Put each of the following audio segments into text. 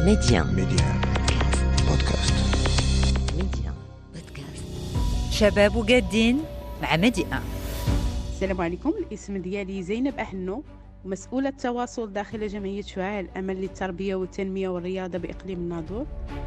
ميديان بودكاست. ميديان بودكاست. شباب وجادين مع ميديان. السلام عليكم. الاسم ديالي زينب أحنو، مسؤولة التواصل داخل جمعية شعاع الأمل للتربية والتنمية والرياضة بإقليم الناظور.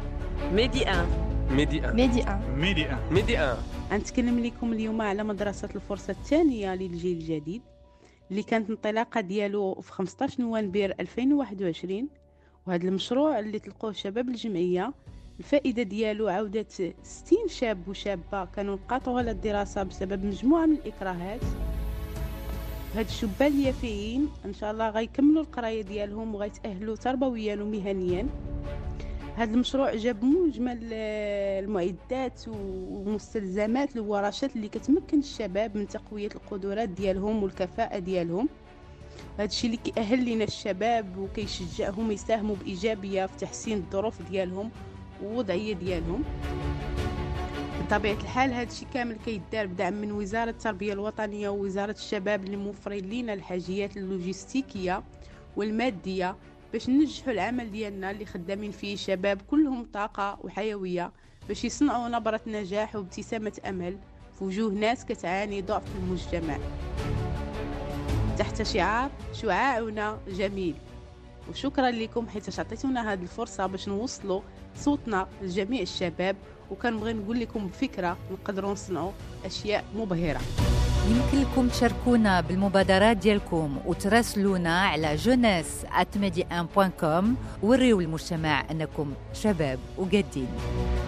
ميديان. غنتكلم لكم اليوم على مدرسة الفرصة الثانية للجيل الجديد اللي كانت انطلاقة ديالو في 15 نوفمبر 2021. وهذا المشروع اللي تلقوه شباب الجمعية الفائدة ديالو عودة 60 شاب وشابة كانوا انقطعوا على الدراسة بسبب مجموعة من الإكراهات. هاد الشبان اليافعين ان شاء الله غيكملوا القرايه ديالهم وغيتاهلوا تربويا ومهنيا. هذا المشروع جاب مجمل المعدات ومستلزمات الورشات اللي كتمكن الشباب من تقويه القدرات ديالهم والكفاءه ديالهم. هذا الشيء اللي كيأهل لنا الشباب وكيشجعهم يساهموا بايجابيه في تحسين الظروف ديالهم والوضعيه ديالهم. بطبيعة الحال هذا الشيء كامل كيدار بدعم من وزارة التربية الوطنية ووزارة الشباب اللي موفرين لنا الحاجيات اللوجستيكية والمادية باش ننجحوا العمل ديالنا اللي خدامين فيه شباب كلهم طاقة وحيوية باش يصنعوا نبرة نجاح وابتسامة أمل في وجوه ناس كتعاني ضعف المجتمع تحت شعار شعاعنا جميل. وشكرا لكم حيت عطيتونا هذه الفرصة باش نوصلوا صوتنا لجميع الشباب، وكنبغي نقول لكم بفكرة نقدروا نصنعوا أشياء مبهرة. يمكن لكم تشاركونا بالمبادرات ديالكم وتراسلونا على jeunesse@median.com. وريوا المجتمع أنكم شباب وجادين.